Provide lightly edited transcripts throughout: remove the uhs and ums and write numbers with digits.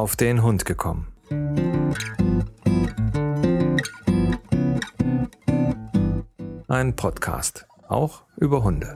Auf den Hund gekommen. Ein Podcast, auch über Hunde.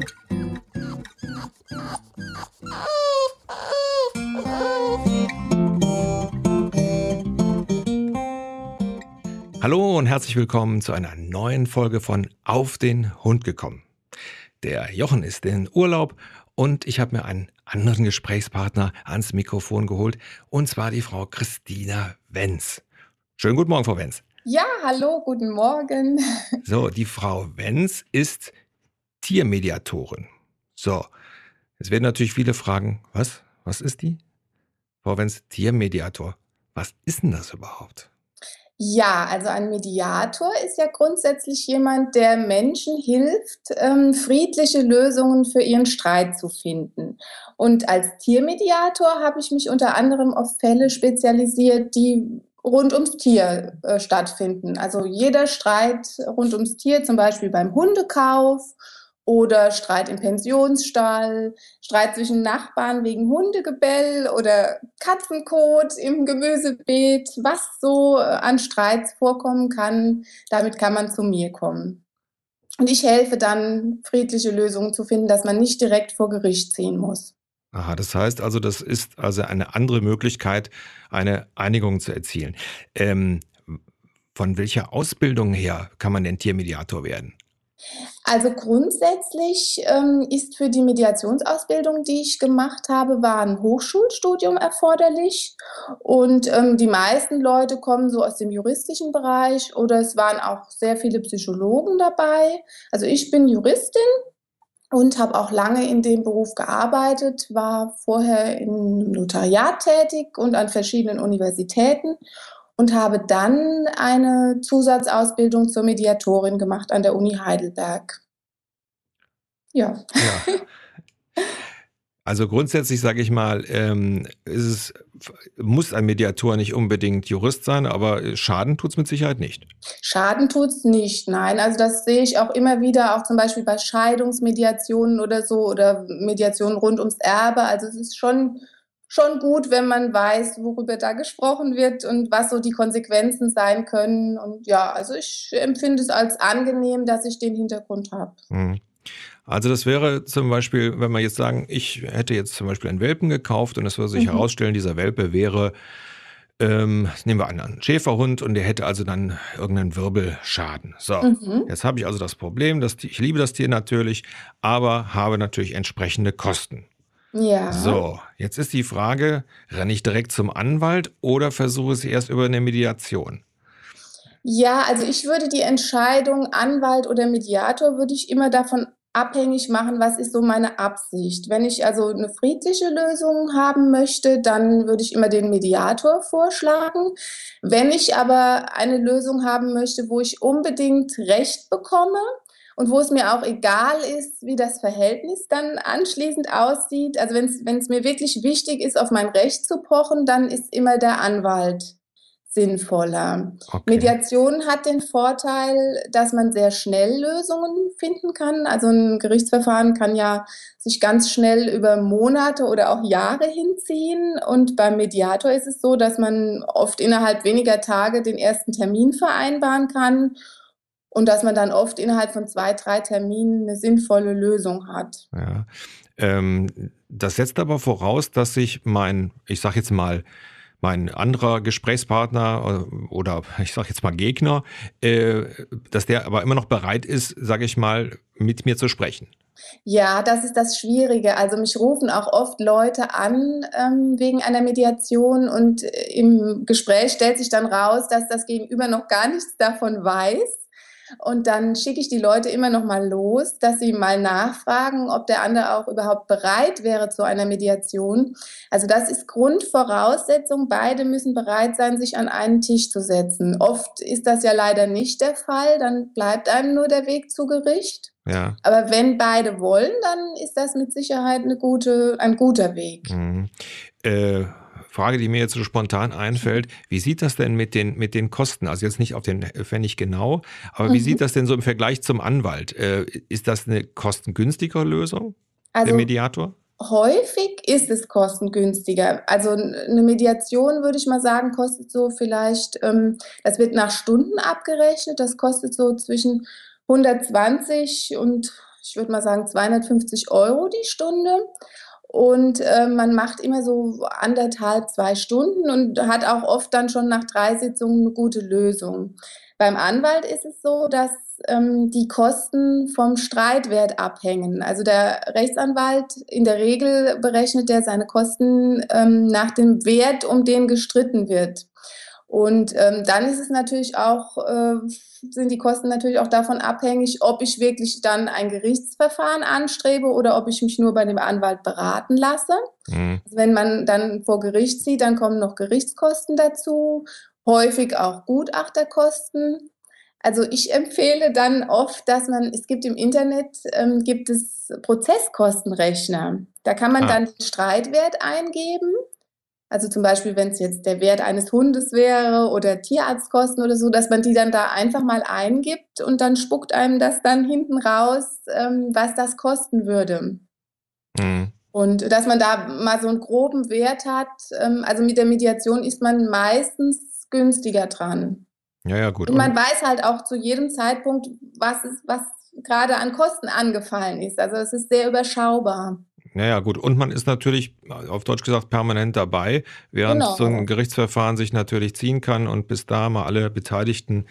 Hallo und herzlich willkommen zu einer neuen Folge von Auf den Hund gekommen. Der Jochen ist in Urlaub und ich habe mir einen anderen Gesprächspartner ans Mikrofon geholt, und zwar die Frau Christina Wenz. Schönen guten Morgen, Frau Wenz. Ja, hallo, guten Morgen. So, die Frau Wenz ist Tiermediatorin. So, jetzt werden natürlich viele fragen, was ist die? Frau Wenz, Tiermediator. Was ist denn das überhaupt? Ja, also ein Mediator ist ja grundsätzlich jemand, der Menschen hilft, friedliche Lösungen für ihren Streit zu finden. Und als Tiermediator habe ich mich unter anderem auf Fälle spezialisiert, die rund ums Tier stattfinden. Also jeder Streit rund ums Tier, zum Beispiel beim Hundekauf oder Streit im Pensionsstall, Streit zwischen Nachbarn wegen Hundegebell oder Katzenkot im Gemüsebeet, was so an Streits vorkommen kann, damit kann man zu mir kommen. Und ich helfe dann, friedliche Lösungen zu finden, dass man nicht direkt vor Gericht ziehen muss. Aha, das heißt also, das ist also eine andere Möglichkeit, eine Einigung zu erzielen. Von welcher Ausbildung her kann man denn Tiermediator werden? Also grundsätzlich ist für die Mediationsausbildung, die ich gemacht habe, war ein Hochschulstudium erforderlich. Und die meisten Leute kommen so aus dem juristischen Bereich oder es waren auch sehr viele Psychologen dabei. Also ich bin Juristin und habe auch lange in dem Beruf gearbeitet, war vorher im Notariat tätig und an verschiedenen Universitäten und habe dann eine Zusatzausbildung zur Mediatorin gemacht an der Uni Heidelberg. Ja. Ja, also grundsätzlich sage ich mal, muss ein Mediator nicht unbedingt Jurist sein, aber Schaden tut's mit Sicherheit nicht. Schaden tut's nicht, nein. Also das sehe ich auch immer wieder, auch zum Beispiel bei Scheidungsmediationen oder so oder Mediationen rund ums Erbe. Also es ist schon gut, wenn man weiß, worüber da gesprochen wird und was so die Konsequenzen sein können. Und ja, also ich empfinde es als angenehm, dass ich den Hintergrund habe. Mhm. Also das wäre zum Beispiel, wenn wir jetzt sagen, ich hätte jetzt zum Beispiel einen Welpen gekauft und es würde sich herausstellen, dieser Welpe wäre, nehmen wir an, ein Schäferhund, und der hätte also dann irgendeinen Wirbelschaden. So, Mhm. jetzt habe ich also das Problem, ich liebe das Tier natürlich, aber habe natürlich entsprechende Kosten. Ja. So, jetzt ist die Frage, renne ich direkt zum Anwalt oder versuche es erst über eine Mediation? Ja, also ich würde die Entscheidung Anwalt oder Mediator würde ich immer davon abhängig machen, was ist so meine Absicht. Wenn ich also eine friedliche Lösung haben möchte, dann würde ich immer den Mediator vorschlagen. Wenn ich aber eine Lösung haben möchte, wo ich unbedingt Recht bekomme und wo es mir auch egal ist, wie das Verhältnis dann anschließend aussieht, also wenn es mir wirklich wichtig ist, auf mein Recht zu pochen, dann ist immer der Anwalt sinnvoller. Okay. Mediation hat den Vorteil, dass man sehr schnell Lösungen finden kann. Also ein Gerichtsverfahren kann ja sich ganz schnell über Monate oder auch Jahre hinziehen. Und beim Mediator ist es so, dass man oft innerhalb weniger Tage den ersten Termin vereinbaren kann und dass man dann oft innerhalb von 2, 3 Terminen eine sinnvolle Lösung hat. Ja. Das setzt aber voraus, dass sich ich sag jetzt mal, mein anderer Gesprächspartner oder ich sage jetzt mal Gegner, dass der aber immer noch bereit ist, sage ich mal, mit mir zu sprechen. Ja, das ist das Schwierige. Also mich rufen auch oft Leute an wegen einer Mediation und im Gespräch stellt sich dann raus, dass das Gegenüber noch gar nichts davon weiß. Und dann schicke ich die Leute immer noch mal los, dass sie mal nachfragen, ob der andere auch überhaupt bereit wäre zu einer Mediation. Also das ist Grundvoraussetzung. Beide müssen bereit sein, sich an einen Tisch zu setzen. Oft ist das ja leider nicht der Fall. Dann bleibt einem nur der Weg zu Gericht. Ja. Aber wenn beide wollen, dann ist das mit Sicherheit ein guter Weg. Mhm. Frage, die mir jetzt so spontan einfällt: Wie sieht das denn mit den Kosten? Also jetzt nicht auf den Pfennig genau, aber wie sieht das denn so im Vergleich zum Anwalt? Ist das eine kostengünstigere Lösung, der Also Mediator? Häufig ist es kostengünstiger. Also eine Mediation, würde ich mal sagen, kostet so vielleicht, das wird nach Stunden abgerechnet, das kostet so zwischen 120 und ich würde mal sagen 250 € die Stunde. Und man macht immer so 1,5, 2 Stunden und hat auch oft dann schon nach 3 Sitzungen eine gute Lösung. Beim Anwalt ist es so, dass die Kosten vom Streitwert abhängen. Also der Rechtsanwalt, in der Regel berechnet er seine Kosten nach dem Wert, um den gestritten wird. Und dann ist es natürlich auch, sind die Kosten natürlich auch davon abhängig, ob ich wirklich dann ein Gerichtsverfahren anstrebe oder ob ich mich nur bei dem Anwalt beraten lasse. Mhm. Also wenn man dann vor Gericht zieht, dann kommen noch Gerichtskosten dazu, häufig auch Gutachterkosten. Also ich empfehle dann oft, dass es gibt im Internet, gibt es Prozesskostenrechner. Da kann man Ah, dann den Streitwert eingeben. Also zum Beispiel, wenn es jetzt der Wert eines Hundes wäre oder Tierarztkosten oder so, dass man die dann da einfach mal eingibt und dann spuckt einem das dann hinten raus, was das kosten würde. mhm. Und dass man da mal so einen groben Wert hat, also mit der Mediation ist man meistens günstiger dran. Ja, ja, gut. Und man weiß halt auch zu jedem Zeitpunkt, was gerade an Kosten angefallen ist. Also es ist sehr überschaubar. Ja, ja, gut. Und man ist natürlich, auf Deutsch gesagt, permanent dabei, während so ein Genau. Gerichtsverfahren sich natürlich ziehen kann und bis da mal alle Beteiligten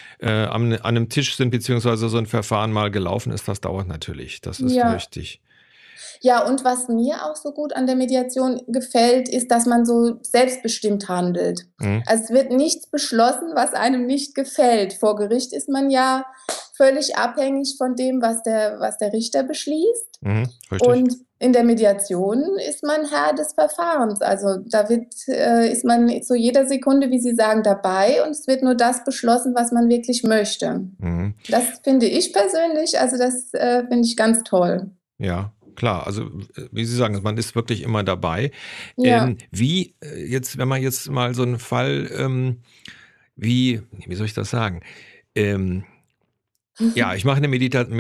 an einem Tisch sind, beziehungsweise so ein Verfahren mal gelaufen ist, das dauert natürlich. Das ist Ja. richtig. Ja, und was mir auch so gut an der Mediation gefällt, ist, dass man so selbstbestimmt handelt. Mhm. Also es wird nichts beschlossen, was einem nicht gefällt. Vor Gericht ist man ja völlig abhängig von dem, was der Richter beschließt. Mhm. Richtig. Und in der Mediation ist man Herr des Verfahrens. Also ist man zu jeder Sekunde, wie Sie sagen, dabei und es wird nur das beschlossen, was man wirklich möchte. Mhm. Das finde ich persönlich, also das finde ich ganz toll. Ja, klar. Also, wie Sie sagen, man ist wirklich immer dabei. Ja. Jetzt, wenn man jetzt mal so einen Fall, wie soll ich das sagen? Ähm, ja, ich mache eine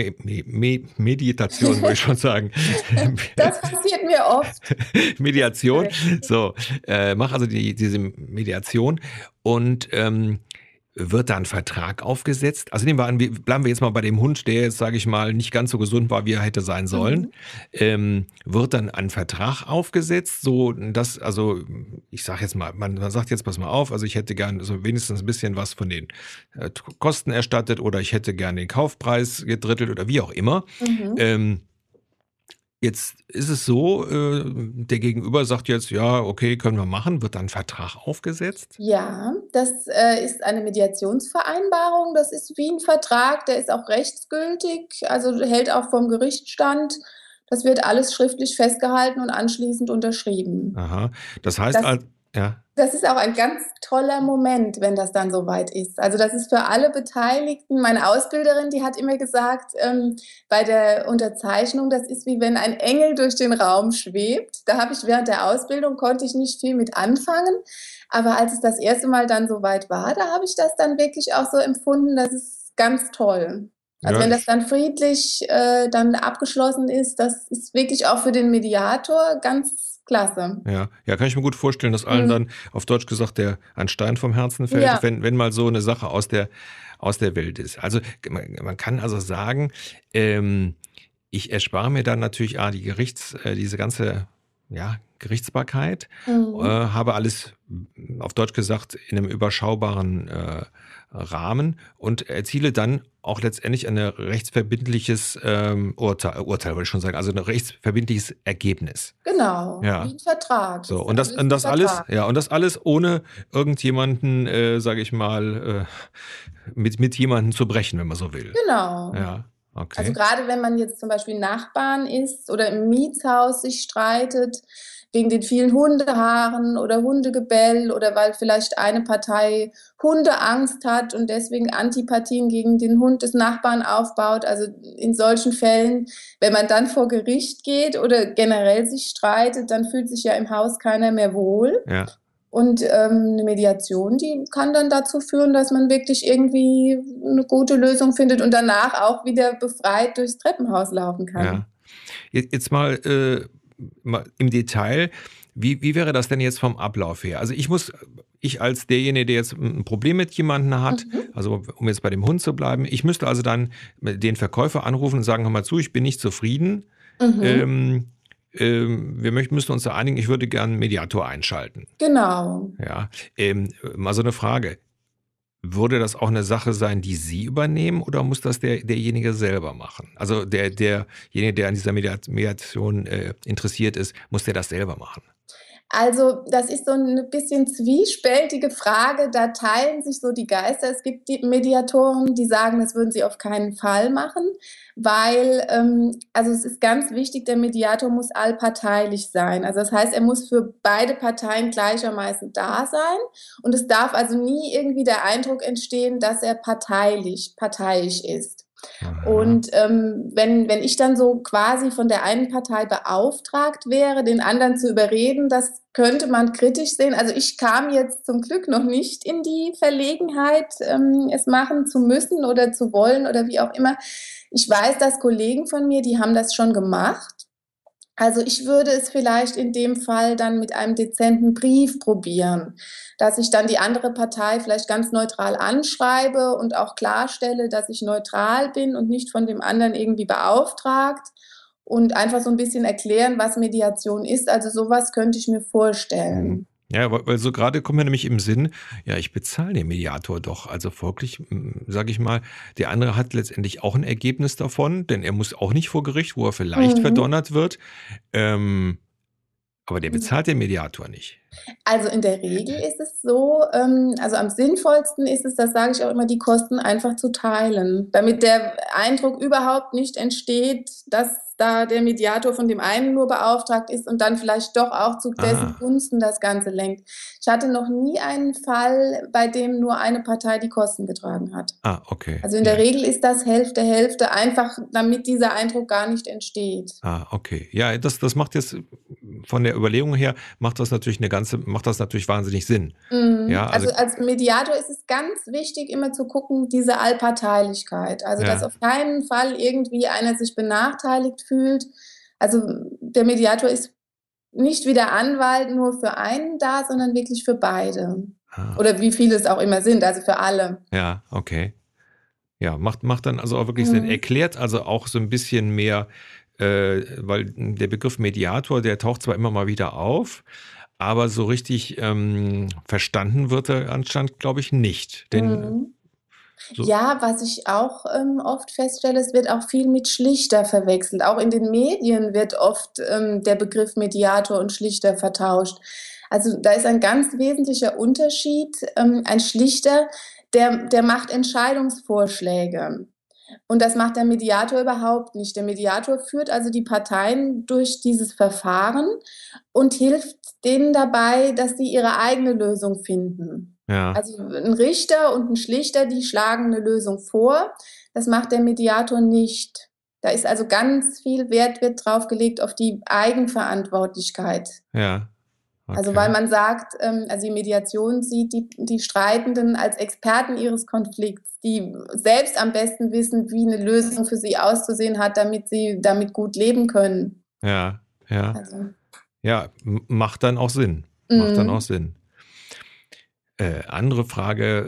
Meditation, wollte ich schon sagen. Das passiert mir oft. Mediation. So, mache also diese Mediation und wird da ein Vertrag aufgesetzt? Also nehmen wir an, bleiben wir jetzt mal bei dem Hund, der jetzt, sage ich mal, nicht ganz so gesund war, wie er hätte sein sollen. Mhm. Wird dann ein Vertrag aufgesetzt, so dass, also ich sage jetzt mal, man sagt jetzt, pass mal auf, also ich hätte gern so wenigstens ein bisschen was von den Kosten erstattet oder ich hätte gern den Kaufpreis gedrittelt oder wie auch immer. Mhm. Ähm, Jetzt ist es so, der Gegenüber sagt jetzt, ja, okay, können wir machen, wird dann ein Vertrag aufgesetzt? Ja, das ist eine Mediationsvereinbarung. Das ist wie ein Vertrag, der ist auch rechtsgültig, also hält auch vom Gericht stand. Das wird alles schriftlich festgehalten und anschließend unterschrieben. Aha. Das heißt, Das ja. Das ist auch ein ganz toller Moment, wenn das dann soweit ist. Also das ist für alle Beteiligten. Meine Ausbilderin, die hat immer gesagt, bei der Unterzeichnung, das ist wie wenn ein Engel durch den Raum schwebt. Da habe ich während der Ausbildung konnte ich nicht viel mit anfangen, aber als es das erste Mal dann soweit war, da habe ich das dann wirklich auch so empfunden. Das ist ganz toll. Also Ja, wenn das dann friedlich dann abgeschlossen ist, das ist wirklich auch für den Mediator ganz klasse. ja, kann ich mir gut vorstellen, dass allen Mhm. dann auf Deutsch gesagt ein Stein vom Herzen fällt, Ja. wenn mal so eine Sache aus der Welt ist. Also man kann also sagen, ich erspare mir dann natürlich diese ganze Gerichtsbarkeit, Mhm. habe alles auf Deutsch gesagt in einem überschaubaren Rahmen und erziele dann auch letztendlich ein rechtsverbindliches Urteil, wollte ich schon sagen, also ein rechtsverbindliches Ergebnis. Genau, wie Ja. 'n Vertrag. So, Das und das, alles und 'n das alles, Vertrag. ja, und das alles ohne irgendjemanden, sage ich mal, mit jemandem zu brechen, wenn man so will. Genau. Ja, Also okay. grade wenn man jetzt zum Beispiel Nachbarn ist oder im Mietshaus sich streitet wegen den vielen Hundehaaren oder Hundegebell oder weil vielleicht eine Partei Hundeangst hat und deswegen Antipathien gegen den Hund des Nachbarn aufbaut. Also in solchen Fällen, wenn man dann vor Gericht geht oder generell sich streitet, dann fühlt sich ja im Haus keiner mehr wohl. Ja, Und 'ne Mediation, die kann dann dazu führen, dass man wirklich irgendwie 'ne gute Lösung findet und danach auch wieder befreit durchs Treppenhaus laufen kann. ja. Jetzt mal, mal im Detail, wie wäre das denn jetzt vom Ablauf her? Also ich als derjenige, der jetzt ein Problem mit jemandem hat, Mhm. also um jetzt bei dem Hund zu bleiben, ich müsste also dann den Verkäufer anrufen und sagen, hör mal zu, ich bin nicht zufrieden. Mhm. Ähm, müssen uns da einigen, ich würde gerne einen Mediator einschalten. Genau. Ja, mal so eine Frage. Würde das auch eine Sache sein, die Sie übernehmen oder muss das derjenige selber machen? Also derjenige, der an dieser Mediation interessiert ist, muss der das selber machen? Also, das ist so 'ne bisschen zwiespältige Frage. Da teilen sich so die Geister. Es gibt die Mediatoren, die sagen, das würden sie auf keinen Fall machen, weil, also, es ist ganz wichtig, der Mediator muss allparteilich sein. Also, das heißt, er muss für beide Parteien gleichermaßen da sein und es darf also nie irgendwie der Eindruck entstehen, dass er parteiisch ist. Aha. Und wenn ich dann so quasi von der einen Partei beauftragt wäre, den anderen zu überreden, das könnte man kritisch sehen. Also ich kam jetzt zum Glück noch nicht in die Verlegenheit, es machen zu müssen oder zu wollen oder wie auch immer. Ich weiß, dass Kollegen von mir, die haben das schon gemacht. Also ich würde es vielleicht in dem Fall dann mit einem dezenten Brief probieren, dass ich dann die andere Partei vielleicht ganz neutral anschreibe und auch klarstelle, dass ich neutral bin und nicht von dem anderen irgendwie beauftragt und einfach so ein bisschen erklären, was Mediation ist. Also sowas könnte ich mir Mhm. vorstellen. Ja, weil so gerade kommt mir nämlich im Sinn, ja, ich bezahle den Mediator doch. Also folglich, sage ich mal, der andere hat letztendlich auch ein Ergebnis davon, denn er muss auch nicht vor Gericht, wo er vielleicht Mhm. verdonnert wird. Ähm, aber der bezahlt den Mediator nicht. Also in der Regel ist es so, also am sinnvollsten ist es, das sage ich auch immer, die Kosten einfach zu teilen, damit der Eindruck überhaupt nicht entsteht, dass da der Mediator von dem einen nur beauftragt ist und dann vielleicht doch auch zu dessen Ah, Gunsten das Ganze lenkt. Ich hatte noch nie einen Fall, bei dem nur eine Partei die Kosten getragen hat. okay. Also in der Ja. Regel ist das Hälfte, Hälfte, einfach damit dieser Eindruck gar nicht entsteht. Okay. Ja, das macht jetzt von der Überlegung her, macht das natürlich wahnsinnig Sinn. Mhm. Ja, also, Also, als Mediator ist es ganz wichtig, immer zu gucken, diese Allparteilichkeit. Also, dass ja. auf keinen Fall irgendwie einer sich benachteiligt fühlt. Also, der Mediator ist nicht wie der Anwalt nur für einen da, sondern wirklich für beide. Ah, Oder wie viele es auch immer sind, also für alle. ja, okay. Ja, macht dann also auch wirklich Sinn. Mhm. Erklärt also auch so ein bisschen mehr, weil der Begriff Mediator, der taucht zwar immer mal wieder auf, aber so richtig, verstanden wird er anscheinend, glaube ich, nicht. Denn Mhm. so Ja, was ich auch, oft feststelle, es wird auch viel mit Schlichter verwechselt. Auch in den Medien wird oft, der Begriff Mediator und Schlichter vertauscht. Also, da ist ein ganz wesentlicher Unterschied. Ein Schlichter, der macht Entscheidungsvorschläge und das macht der Mediator überhaupt nicht. Der Mediator führt also die Parteien durch dieses Verfahren und hilft denen dabei, dass sie ihre eigene Lösung finden. ja, Also 'n Richter und 'n Schlichter, die schlagen 'ne Lösung vor. Das macht der Mediator nicht. Da ist also ganz viel Wert wird drauf gelegt auf die Eigenverantwortlichkeit. ja, Also, weil okay. man sagt, also die Mediation sieht die Streitenden als Experten ihres Konflikts, die selbst am besten wissen, wie 'ne Lösung für sie auszusehen hat, damit sie damit gut leben können. Ja, ja. Also Ja, macht dann auch Sinn. Macht dann auch mhm. Sinn. Andere Frage,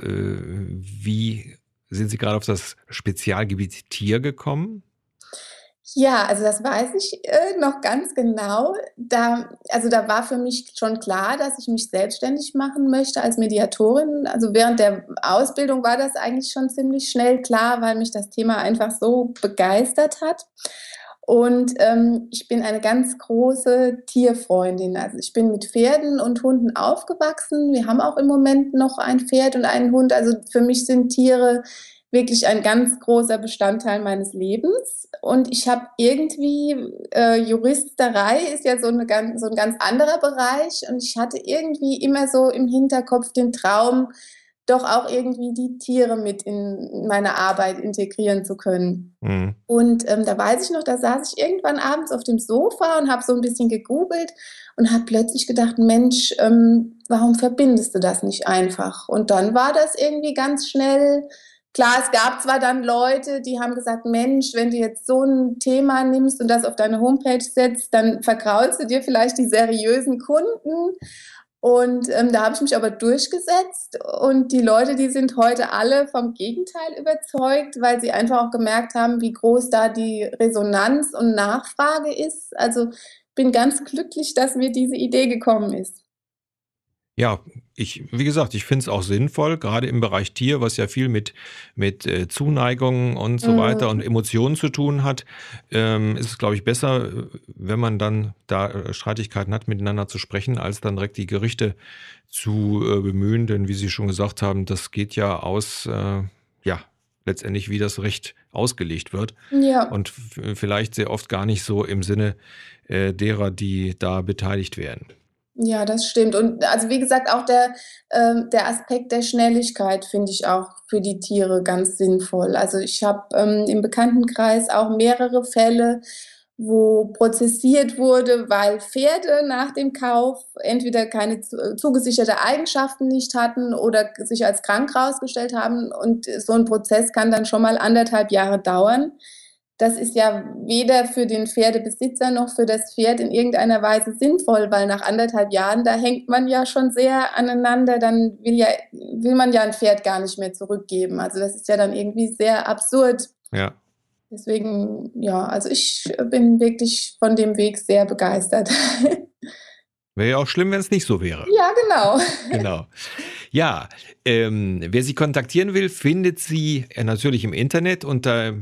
wie sind Sie gerade auf das Spezialgebiet Tier gekommen? Ja, also das weiß ich, noch ganz genau. Da war für mich schon klar, dass ich mich selbstständig machen möchte als Mediatorin. Also während der Ausbildung war das eigentlich schon ziemlich schnell klar, weil mich das Thema einfach so begeistert hat. Und, ich bin eine ganz große Tierfreundin. Also, ich bin mit Pferden und Hunden aufgewachsen. Wir haben auch im Moment noch ein Pferd und einen Hund. Also, für mich sind Tiere wirklich ein ganz großer Bestandteil meines Lebens. Und ich habe irgendwie Juristerei ist ja so 'n ganz anderer Bereich und ich hatte irgendwie immer so im Hinterkopf den Traum, doch auch irgendwie die Tiere mit in meine Arbeit integrieren zu können. Mhm. Und, da weiß ich noch, da saß ich irgendwann abends auf dem Sofa und habe so 'n bisschen gegoogelt und habe plötzlich gedacht: „Mensch, warum verbindest du das nicht einfach?“ Und dann war das irgendwie ganz schnell Klar, es gab zwar dann Leute, die haben gesagt, Mensch, wenn du jetzt so ein Thema nimmst und das auf deine Homepage setzt, dann vergraulst du dir vielleicht die seriösen Kunden. Und da habe ich mich aber durchgesetzt und die Leute, die sind heute alle vom Gegenteil überzeugt, weil sie einfach auch gemerkt haben, wie groß da die Resonanz und Nachfrage ist. Also bin ganz glücklich, dass mir diese Idee gekommen ist. Ja, wie gesagt, ich finde es auch sinnvoll, gerade im Bereich Tier, was ja viel mit Zuneigung und so weiter und Mhm. Emotionen zu tun hat, ist es, glaube ich, besser, wenn man dann da Streitigkeiten hat, miteinander zu sprechen, als dann direkt die Gerichte zu bemühen. Denn wie Sie schon gesagt haben, das geht ja aus, ja, letztendlich, wie das Recht ausgelegt wird Ja. und vielleicht sehr oft gar nicht so im Sinne derer, die da beteiligt werden. Ja, das stimmt. Und also wie gesagt, auch der Aspekt der Schnelligkeit finde ich auch für die Tiere ganz sinnvoll. Also ich habe im Bekanntenkreis auch mehrere Fälle, wo prozessiert wurde, weil Pferde nach dem Kauf entweder keine zugesicherte Eigenschaften nicht hatten oder sich als krank herausgestellt haben. Und so ein Prozess kann dann schon mal 1,5 Jahre dauern. Das ist ja weder für den Pferdebesitzer noch für das Pferd in irgendeiner Weise sinnvoll, weil nach 1,5 Jahren, da hängt man ja schon sehr aneinander, dann will man ja ein Pferd gar nicht mehr zurückgeben. Also das ist ja dann irgendwie sehr absurd. Ja. Deswegen, ja, also ich bin wirklich von dem Weg sehr begeistert. Wäre ja auch schlimm, wenn es nicht so wäre. Ja, genau. Genau. Ja, wer Sie kontaktieren will, findet Sie natürlich im Internet unter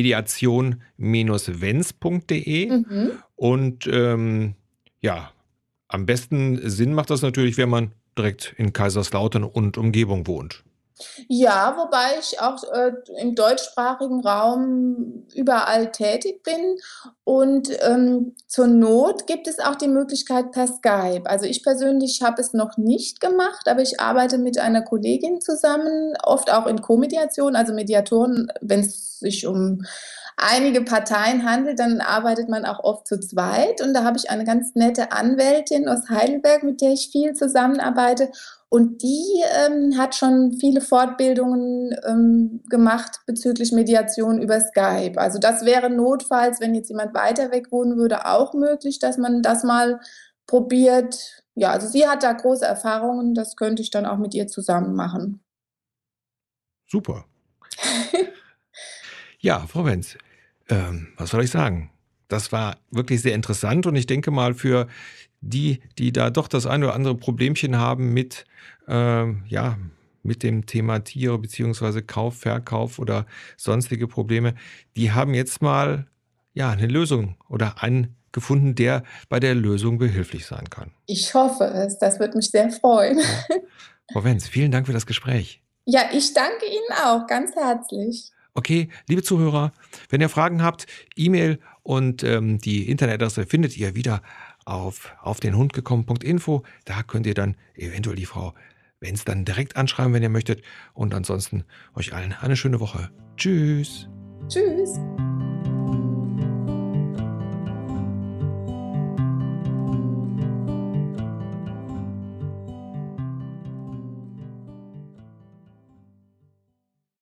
mediation-wenz.de Mhm. und ja, am besten Sinn macht das natürlich, wenn man direkt in Kaiserslautern und Umgebung wohnt. Ja, wobei ich auch im deutschsprachigen Raum überall tätig bin und zur Not gibt es auch die Möglichkeit per Skype. Also ich persönlich habe es noch nicht gemacht, aber ich arbeite mit einer Kollegin zusammen, oft auch in Co-Mediation, also Mediatoren, wenn es sich um einige Parteien handelt, dann arbeitet man auch oft zu zweit. Und da habe ich eine ganz nette Anwältin aus Heidelberg, mit der ich viel zusammenarbeite. Und die hat schon viele Fortbildungen gemacht bezüglich Mediation über Skype. Also das wäre notfalls, wenn jetzt jemand weiter weg wohnen würde, auch möglich, dass man das mal probiert. Ja, also sie hat da große Erfahrungen, das könnte ich dann auch mit ihr zusammen machen. Super. Ja, Frau Wenz, was soll ich sagen? Das war wirklich sehr interessant und ich denke mal für die, die da doch das eine oder andere Problemchen haben ja, mit dem Thema Tiere beziehungsweise Kauf, Verkauf oder sonstige Probleme, die haben jetzt mal ja eine Lösung oder einen gefunden, der bei der Lösung behilflich sein kann. Ich hoffe es, das würde mich sehr freuen. Ja. Frau Wenz, vielen Dank für das Gespräch. Ja, ich danke Ihnen auch ganz herzlich. Okay, liebe Zuhörer, wenn ihr Fragen habt, E-Mail und die Internetadresse findet ihr wieder auf den Hund gekommen.info. Da könnt ihr dann eventuell die Frau Wenz dann direkt anschreiben, wenn ihr möchtet. Und ansonsten euch allen eine schöne Woche. Tschüss. Tschüss.